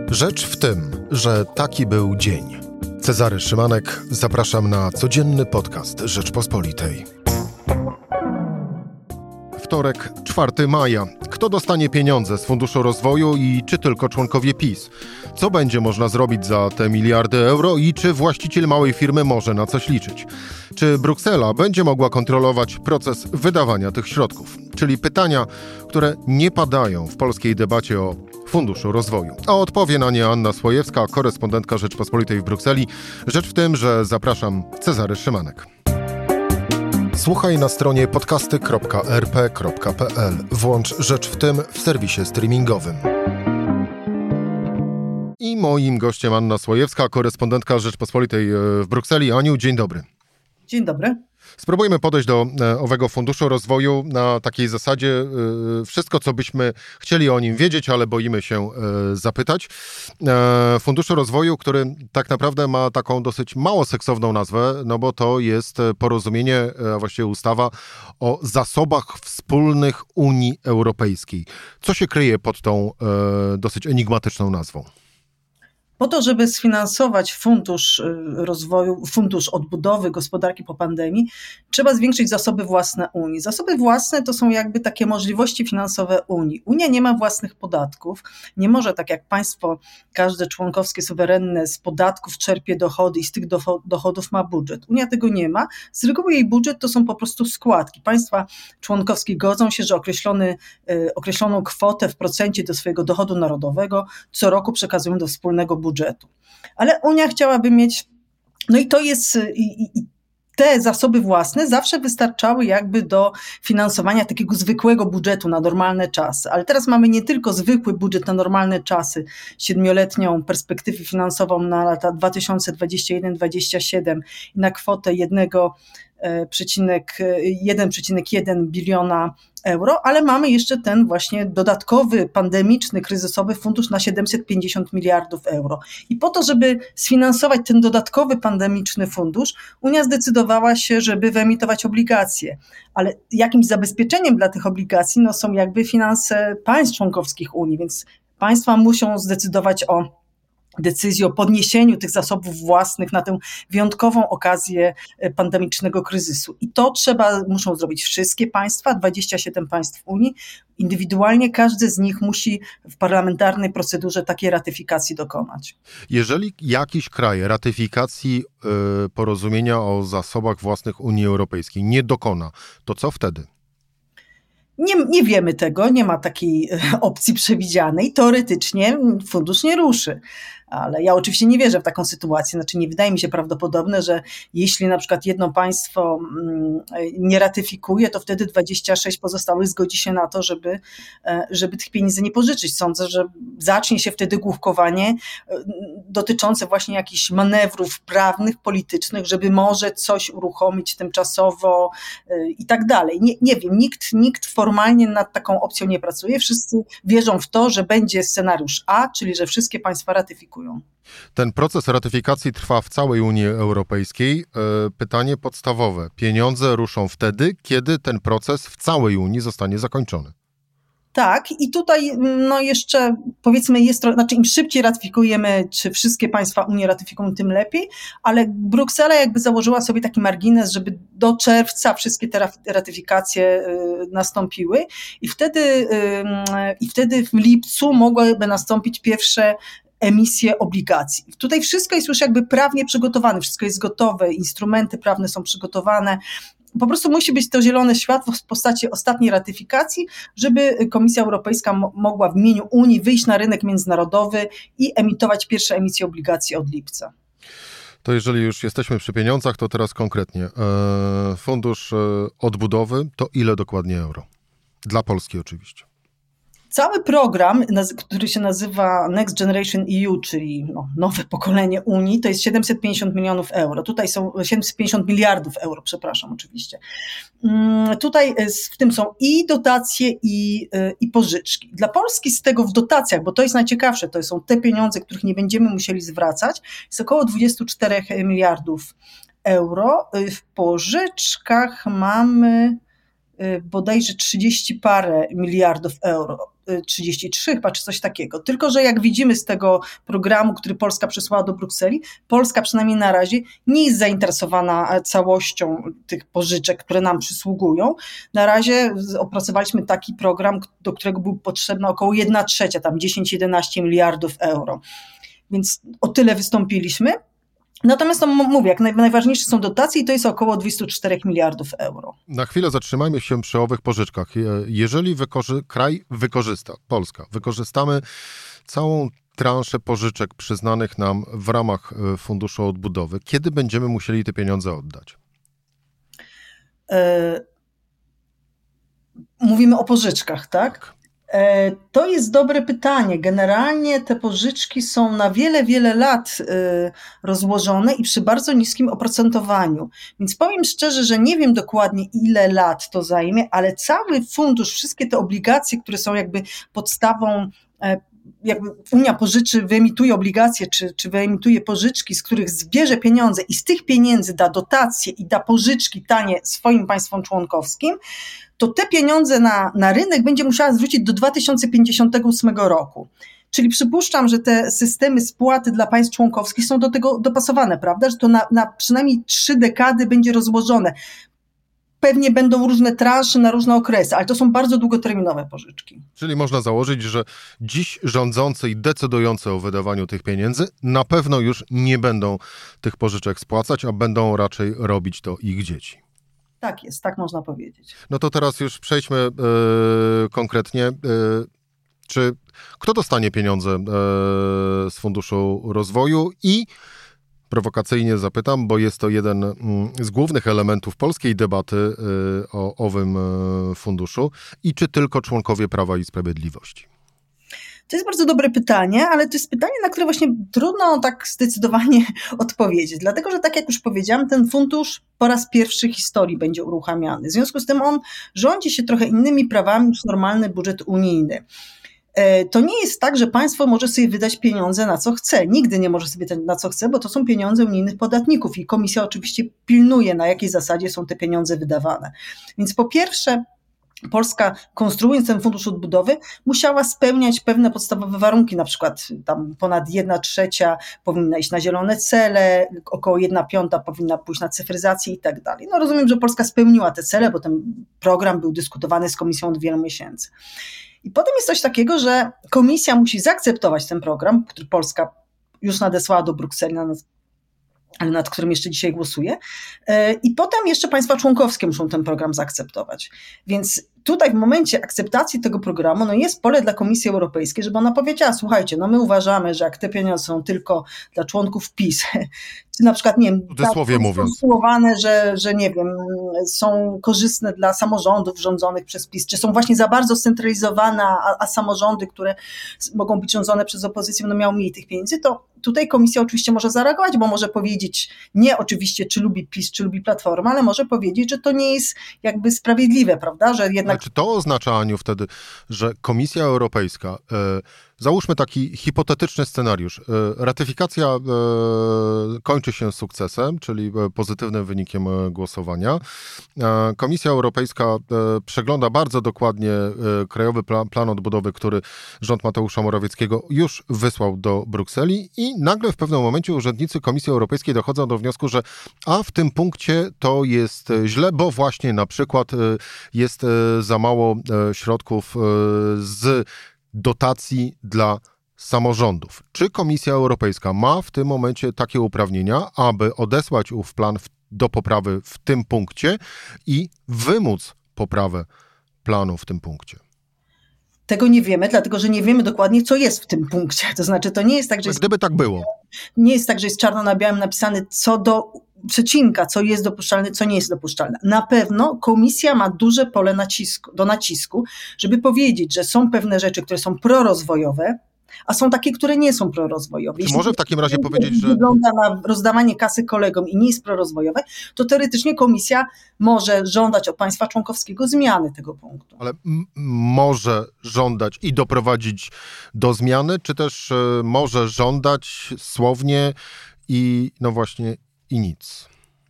Rzecz w tym, że taki był dzień. Cezary Szymanek, zapraszam na codzienny podcast Rzeczpospolitej. Wtorek, 4 maja. Kto dostanie pieniądze z Funduszu Rozwoju i czy tylko członkowie PiS? Co będzie można zrobić za te miliardy euro i czy właściciel małej firmy może na coś liczyć? Czy Bruksela będzie mogła kontrolować proces wydawania tych środków? Czyli pytania, które nie padają w polskiej debacie o Funduszu Rozwoju. A odpowie na nie Anna Słojewska, korespondentka Rzeczpospolitej w Brukseli. Rzecz w tym, że zapraszam, Cezary Szymanek. Słuchaj na stronie podcasty.rp.pl. Włącz Rzecz w tym w serwisie streamingowym. I moim gościem Anna Słojewska, korespondentka Rzeczpospolitej w Brukseli. Aniu, dzień dobry. Dzień dobry. Spróbujmy podejść do owego Funduszu Rozwoju na takiej zasadzie wszystko, co byśmy chcieli o nim wiedzieć, ale boimy się zapytać. Funduszu Rozwoju, który tak naprawdę ma taką dosyć mało seksowną nazwę, no bo to jest porozumienie, a właściwie ustawa o zasobach wspólnych Unii Europejskiej. Co się kryje pod tą dosyć enigmatyczną nazwą? Po to, żeby sfinansować Fundusz Rozwoju, Fundusz Odbudowy Gospodarki po pandemii, trzeba zwiększyć zasoby własne Unii. Zasoby własne to są jakby takie możliwości finansowe Unii. Unia nie ma własnych podatków, nie może tak jak państwo, każde członkowskie, suwerenne z podatków czerpie dochody i z tych dochodów ma budżet. Unia tego nie ma. Z reguły jej budżet to są po prostu składki. Państwa członkowskie godzą się, że określoną kwotę w procencie do swojego dochodu narodowego co roku przekazują do wspólnego budżetu. Ale Unia chciałaby mieć, no i to jest, te zasoby własne zawsze wystarczały jakby do finansowania takiego zwykłego budżetu na normalne czasy. Ale teraz mamy nie tylko zwykły budżet na normalne czasy, 7-letnią perspektywę finansową na lata 2021-2027 i na kwotę 1,1 biliona euro, ale mamy jeszcze ten właśnie dodatkowy, pandemiczny, kryzysowy fundusz na 750 miliardów euro. I po to, żeby sfinansować ten dodatkowy pandemiczny fundusz, Unia zdecydowała się, żeby wyemitować obligacje. Ale jakimś zabezpieczeniem dla tych obligacji są jakby finanse państw członkowskich Unii, więc państwa muszą zdecydować o decyzji o podniesieniu tych zasobów własnych na tę wyjątkową okazję pandemicznego kryzysu. I to muszą zrobić wszystkie państwa, 27 państw Unii. Indywidualnie każdy z nich musi w parlamentarnej procedurze takiej ratyfikacji dokonać. Jeżeli jakiś kraj ratyfikacji porozumienia o zasobach własnych Unii Europejskiej nie dokona, to co wtedy? Nie wiemy tego, nie ma takiej opcji przewidzianej. Teoretycznie fundusz nie ruszy. Ale ja oczywiście nie wierzę w taką sytuację, znaczy nie wydaje mi się prawdopodobne, że jeśli na przykład jedno państwo nie ratyfikuje, to wtedy 26 pozostałych zgodzi się na to, żeby tych pieniędzy nie pożyczyć. Sądzę, że zacznie się wtedy główkowanie dotyczące właśnie jakichś manewrów prawnych, politycznych, żeby może coś uruchomić tymczasowo i tak dalej. Nie wiem, nikt formalnie nad taką opcją nie pracuje. Wszyscy wierzą w to, że będzie scenariusz A, czyli że wszystkie państwa ratyfikują. Ten proces ratyfikacji trwa w całej Unii Europejskiej. Pytanie podstawowe. Pieniądze ruszą wtedy, kiedy ten proces w całej Unii zostanie zakończony. Tak, i tutaj jeszcze powiedzmy im szybciej ratyfikujemy, czy wszystkie państwa Unii ratyfikują, tym lepiej, ale Bruksela jakby założyła sobie taki margines, żeby do czerwca wszystkie te ratyfikacje nastąpiły i wtedy w lipcu mogłyby nastąpić pierwsze emisję obligacji. Tutaj wszystko jest już jakby prawnie przygotowane, wszystko jest gotowe, instrumenty prawne są przygotowane. Po prostu musi być to zielone światło w postaci ostatniej ratyfikacji, żeby Komisja Europejska mogła w imieniu Unii wyjść na rynek międzynarodowy i emitować pierwsze emisje obligacji od lipca. To jeżeli już jesteśmy przy pieniądzach, to teraz konkretnie. Fundusz Odbudowy to ile dokładnie euro? Dla Polski oczywiście. Cały program, który się nazywa Next Generation EU, czyli nowe pokolenie Unii, to jest 750 milionów euro. Tutaj są 750 miliardów euro, przepraszam oczywiście. Tutaj w tym są i dotacje, i pożyczki. Dla Polski z tego w dotacjach, bo to jest najciekawsze, to są te pieniądze, których nie będziemy musieli zwracać, jest około 24 miliardów euro. W pożyczkach mamy bodajże 30 parę miliardów euro. 33 chyba, czy coś takiego. Tylko że jak widzimy z tego programu, który Polska przesłała do Brukseli, Polska przynajmniej na razie nie jest zainteresowana całością tych pożyczek, które nam przysługują. Na razie opracowaliśmy taki program, do którego był potrzebna około 1/3, tam 10-11 miliardów euro. Więc o tyle wystąpiliśmy. Natomiast mówię, jak najważniejsze są dotacje i to jest około 204 miliardów euro. Na chwilę zatrzymajmy się przy owych pożyczkach. Jeżeli kraj wykorzysta, Polska, wykorzystamy całą transzę pożyczek przyznanych nam w ramach Funduszu Odbudowy, kiedy będziemy musieli te pieniądze oddać? Mówimy o pożyczkach, tak? To jest dobre pytanie. Generalnie te pożyczki są na wiele, wiele lat rozłożone i przy bardzo niskim oprocentowaniu. Więc powiem szczerze, że nie wiem dokładnie, ile lat to zajmie, ale cały fundusz, wszystkie te obligacje, które są jakby podstawą, jakby Unia wyemituje obligacje, czy wyemituje pożyczki, z których zbierze pieniądze i z tych pieniędzy da dotacje i da pożyczki tanie swoim państwom członkowskim, to te pieniądze na rynek będzie musiała zwrócić do 2058 roku. Czyli przypuszczam, że te systemy spłaty dla państw członkowskich są do tego dopasowane, prawda? Że to na przynajmniej 3 dekady będzie rozłożone. Pewnie będą różne transze na różne okresy, ale to są bardzo długoterminowe pożyczki. Czyli można założyć, że dziś rządzący i decydujący o wydawaniu tych pieniędzy na pewno już nie będą tych pożyczek spłacać, a będą raczej robić to ich dzieci. Tak jest, tak można powiedzieć. No to teraz już przejdźmy konkretnie. Kto dostanie pieniądze z Funduszu Rozwoju i prowokacyjnie zapytam, bo jest to jeden z głównych elementów polskiej debaty o owym funduszu i czy tylko członkowie Prawa i Sprawiedliwości? To jest bardzo dobre pytanie, ale to jest pytanie, na które właśnie trudno tak zdecydowanie odpowiedzieć, dlatego że tak jak już powiedziałam, ten fundusz po raz pierwszy w historii będzie uruchamiany. W związku z tym on rządzi się trochę innymi prawami niż normalny budżet unijny. To nie jest tak, że państwo może sobie wydać pieniądze na co chce. Nigdy nie może sobie wydać na co chce, bo to są pieniądze unijnych podatników i komisja oczywiście pilnuje, na jakiej zasadzie są te pieniądze wydawane. Więc po pierwsze, Polska, konstruując ten fundusz odbudowy, musiała spełniać pewne podstawowe warunki, na przykład tam ponad 1/3 powinna iść na zielone cele, około 1/5 powinna pójść na cyfryzację i tak dalej. No rozumiem, że Polska spełniła te cele, bo ten program był dyskutowany z komisją od wielu miesięcy. I potem jest coś takiego, że komisja musi zaakceptować ten program, który Polska już nadesłała do Brukseli, ale nad którym jeszcze dzisiaj głosuje. I potem jeszcze państwa członkowskie muszą ten program zaakceptować. Więc tutaj w momencie akceptacji tego programu jest pole dla Komisji Europejskiej, żeby ona powiedziała, słuchajcie, my uważamy, że jak te pieniądze są tylko dla członków PiS, czy na przykład, nie wiem, skonstruowane, że nie wiem, są korzystne dla samorządów rządzonych przez PiS, czy są właśnie za bardzo scentralizowane, a samorządy, które mogą być rządzone przez opozycję, będą miały mniej tych pieniędzy, to tutaj komisja oczywiście może zareagować, bo może powiedzieć, nie oczywiście, czy lubi PiS, czy lubi Platformę, ale może powiedzieć, że to nie jest jakby sprawiedliwe, prawda, że jednak... Czy to oznacza, Aniu, wtedy, że Komisja Europejska, załóżmy taki hipotetyczny scenariusz, ratyfikacja kończy się sukcesem, czyli pozytywnym wynikiem głosowania. Komisja Europejska przegląda bardzo dokładnie Krajowy Plan Odbudowy, który rząd Mateusza Morawieckiego już wysłał do Brukseli i nagle w pewnym momencie urzędnicy Komisji Europejskiej dochodzą do wniosku, że w tym punkcie to jest źle, bo właśnie na przykład jest za mało środków z dotacji dla samorządów. Czy Komisja Europejska ma w tym momencie takie uprawnienia, aby odesłać ów plan do poprawy w tym punkcie i wymóc poprawę planu w tym punkcie? Tego nie wiemy, dlatego że nie wiemy dokładnie, co jest w tym punkcie. To znaczy, to nie jest tak, że... Gdyby tak było. Nie jest tak, że jest czarno na białym napisane co do przecinka, co jest dopuszczalne, co nie jest dopuszczalne. Na pewno komisja ma duże pole do nacisku, żeby powiedzieć, że są pewne rzeczy, które są prorozwojowe, a są takie, które nie są prorozwojowe. Czy może w takim razie powiedzieć, że... wygląda na rozdawanie kasy kolegom i nie jest prorozwojowe, to teoretycznie komisja może żądać od państwa członkowskiego zmiany tego punktu. Ale może żądać i doprowadzić do zmiany, czy też może żądać słownie i no właśnie i nic?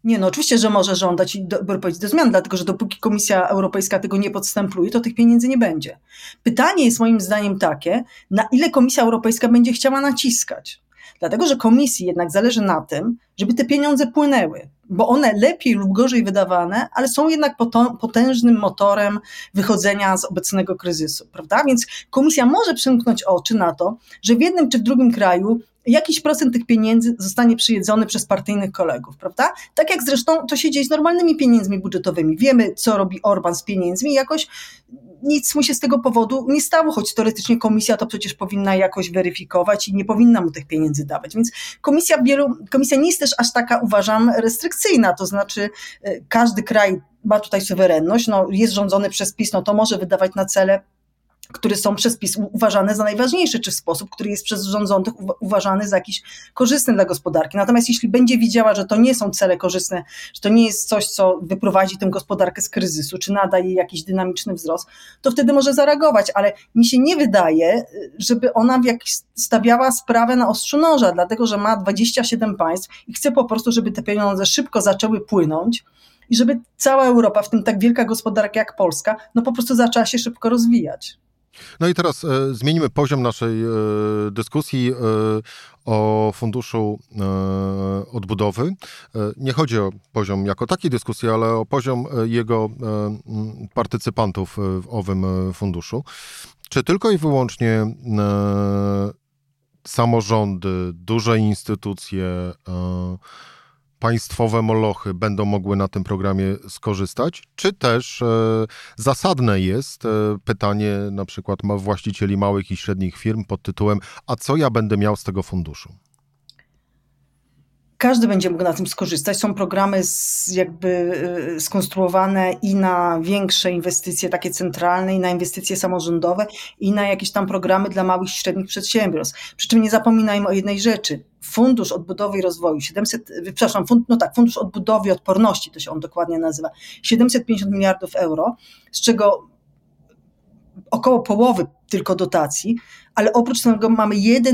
Nie, no oczywiście, że może żądać i doprowadzić do zmian, dlatego że dopóki Komisja Europejska tego nie podstępuje, to tych pieniędzy nie będzie. Pytanie jest moim zdaniem takie, na ile Komisja Europejska będzie chciała naciskać. Dlatego, że Komisji jednak zależy na tym, żeby te pieniądze płynęły, bo one lepiej lub gorzej wydawane, ale są jednak potężnym motorem wychodzenia z obecnego kryzysu, prawda? Więc Komisja może przymknąć oczy na to, że w jednym czy w drugim kraju jakiś procent tych pieniędzy zostanie przyjedzony przez partyjnych kolegów, prawda? Tak jak zresztą to się dzieje z normalnymi pieniędzmi budżetowymi. Wiemy, co robi Orban z pieniędzmi, jakoś nic mu się z tego powodu nie stało, choć teoretycznie komisja to przecież powinna jakoś weryfikować i nie powinna mu tych pieniędzy dawać. Więc komisja nie jest też aż taka, uważam, restrykcyjna, to znaczy każdy kraj ma tutaj suwerenność, no, jest rządzony przez PiS, no to może wydawać na cele, które są przez PiS uważane za najważniejsze, czy w sposób, który jest przez rządzących uważany za jakiś korzystny dla gospodarki. Natomiast jeśli będzie widziała, że to nie są cele korzystne, że to nie jest coś, co wyprowadzi tę gospodarkę z kryzysu, czy nada jej jakiś dynamiczny wzrost, to wtedy może zareagować, ale mi się nie wydaje, żeby ona stawiała sprawę na ostrzu noża, dlatego że ma 27 państw i chce po prostu, żeby te pieniądze szybko zaczęły płynąć i żeby cała Europa, w tym tak wielka gospodarka jak Polska, no po prostu zaczęła się szybko rozwijać. No i teraz zmienimy poziom naszej dyskusji o Funduszu Odbudowy. Nie chodzi o poziom jako taki dyskusji, ale o poziom jego partycypantów w owym funduszu. Czy tylko i wyłącznie samorządy, duże instytucje, państwowe molochy będą mogły na tym programie skorzystać, czy też zasadne jest pytanie na przykład właścicieli małych i średnich firm pod tytułem: a co ja będę miał z tego funduszu? Każdy będzie mógł na tym skorzystać. Są programy skonstruowane i na większe inwestycje takie centralne, i na inwestycje samorządowe, i na jakieś tam programy dla małych i średnich przedsiębiorstw. Przy czym nie zapominajmy o jednej rzeczy. Fundusz Odbudowy i Rozwoju, Fundusz Odbudowy i Odporności, to się on dokładnie nazywa, 750 miliardów euro, z czego około połowy tylko dotacji, ale oprócz tego mamy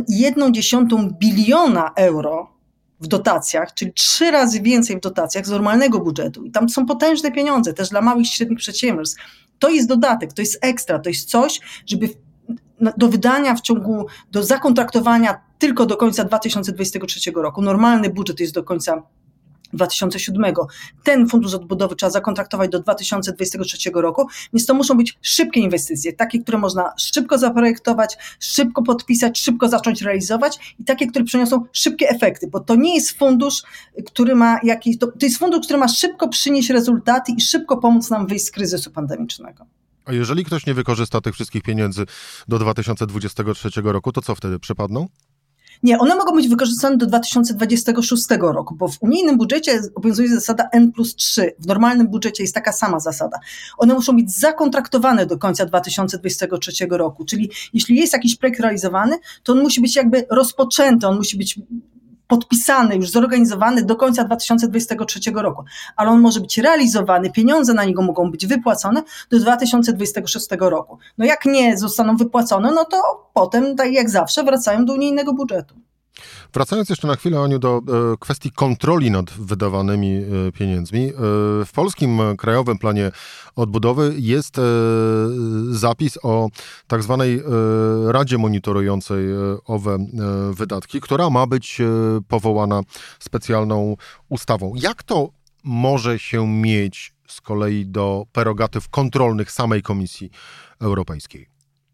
1,1 biliona euro w dotacjach, czyli 3 razy więcej w dotacjach z normalnego budżetu. I tam są potężne pieniądze też dla małych i średnich przedsiębiorstw. To jest dodatek, to jest ekstra, to jest coś, żeby do wydania do zakontraktowania tylko do końca 2023 roku. Normalny budżet jest do końca 2007. Ten fundusz odbudowy trzeba zakontraktować do 2023 roku, więc to muszą być szybkie inwestycje, takie, które można szybko zaprojektować, szybko podpisać, szybko zacząć realizować i takie, które przyniosą szybkie efekty, bo to nie jest fundusz, który ma to jest fundusz, który ma szybko przynieść rezultaty i szybko pomóc nam wyjść z kryzysu pandemicznego. A jeżeli ktoś nie wykorzysta tych wszystkich pieniędzy do 2023 roku, to co wtedy przepadną? Nie, one mogą być wykorzystane do 2026 roku, bo w unijnym budżecie obowiązuje zasada N+3. W normalnym budżecie jest taka sama zasada. One muszą być zakontraktowane do końca 2023 roku, czyli jeśli jest jakiś projekt realizowany, to on musi być jakby rozpoczęty, on musi być podpisany, już zorganizowany do końca 2023 roku, ale on może być realizowany, pieniądze na niego mogą być wypłacone do 2026 roku. No jak nie zostaną wypłacone, no to potem, tak jak zawsze, wracają do unijnego budżetu. Wracając jeszcze na chwilę, Aniu, do kwestii kontroli nad wydawanymi pieniędzmi. W polskim Krajowym Planie Odbudowy jest zapis o tak zwanej Radzie Monitorującej owe wydatki, która ma być powołana specjalną ustawą. Jak to może się mieć z kolei do prerogatyw kontrolnych samej Komisji Europejskiej?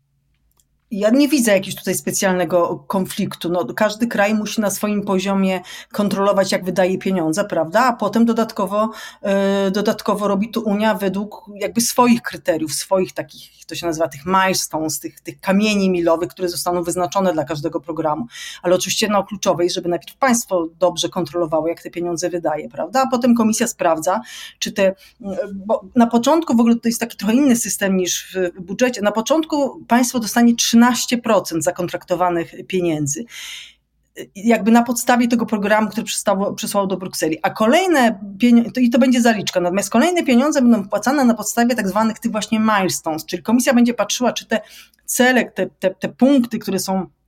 Ja nie widzę jakiegoś tutaj specjalnego konfliktu. No, każdy kraj musi na swoim poziomie kontrolować, jak wydaje pieniądze, prawda? A potem dodatkowo robi to Unia według jakby swoich kryteriów, swoich takich, to się nazywa tych milestones, tych kamieni milowych, które zostaną wyznaczone dla każdego programu. Ale oczywiście kluczowe jest, żeby najpierw państwo dobrze kontrolowało, jak te pieniądze wydaje, prawda? A potem komisja sprawdza, czy bo na początku w ogóle to jest taki trochę inny system niż w budżecie. Na początku państwo dostanie 13% zakontraktowanych pieniędzy, jakby na podstawie tego programu, który przysłał do Brukseli, a kolejne pieniądze, i to będzie zaliczka, natomiast kolejne pieniądze będą wpłacane na podstawie tak zwanych tych właśnie milestones, czyli komisja będzie patrzyła, czy te cele, te punkty, które są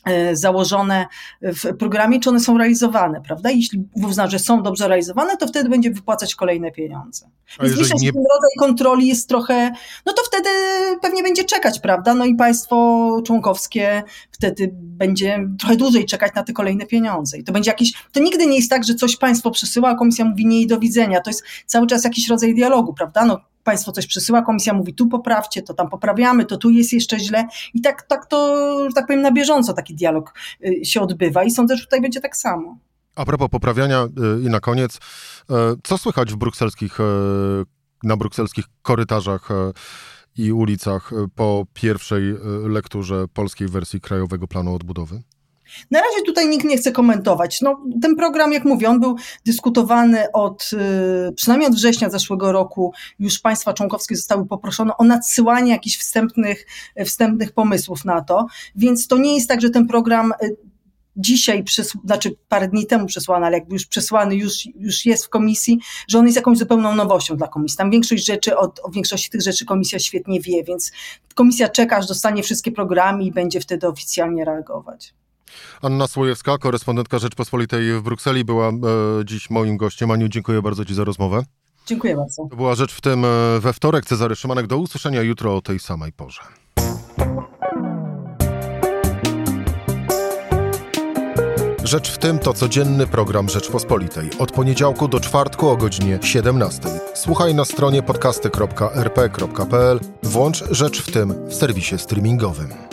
założone w programie, czy one są realizowane, prawda? Jeśli uzna, że są dobrze realizowane, to wtedy będzie wypłacać kolejne pieniądze. Więc myślę, że ten rodzaj kontroli jest trochę, no to wtedy pewnie będzie czekać, prawda? No i państwo członkowskie wtedy będzie trochę dłużej czekać na te kolejne pieniądze. I to będzie to nigdy nie jest tak, że coś państwo przesyła, a komisja mówi nie i do widzenia. To jest cały czas jakiś rodzaj dialogu, prawda? No, państwo coś przysyła, komisja mówi tu poprawcie, to tam poprawiamy, to tu jest jeszcze źle i tak to, że tak powiem, na bieżąco taki dialog się odbywa i sądzę, że tutaj będzie tak samo. A propos poprawiania i na koniec, co słychać na brukselskich korytarzach i ulicach po pierwszej lekturze polskiej wersji Krajowego Planu Odbudowy? Na razie tutaj nikt nie chce komentować. No, ten program, jak mówię, on był dyskutowany przynajmniej od września zeszłego roku. Już państwa członkowskie zostały poproszone o nadsyłanie jakichś wstępnych pomysłów na to. Więc to nie jest tak, że ten program dzisiaj, parę dni temu przesłany, ale jakby już przesłany, już jest w komisji, że on jest jakąś zupełną nowością dla komisji. Tam o większości tych rzeczy komisja świetnie wie, więc komisja czeka, aż dostanie wszystkie programy i będzie wtedy oficjalnie reagować. Anna Słojewska, korespondentka Rzeczpospolitej w Brukseli, była dziś moim gościem. Aniu, dziękuję bardzo Ci za rozmowę. Dziękuję bardzo. To była Rzecz w tym we wtorek. Cezary Szymanek, do usłyszenia jutro o tej samej porze. Rzecz w tym to codzienny program Rzeczpospolitej. Od poniedziałku do czwartku o godzinie 17. Słuchaj na stronie podcasty.rp.pl. Włącz Rzecz w tym w serwisie streamingowym.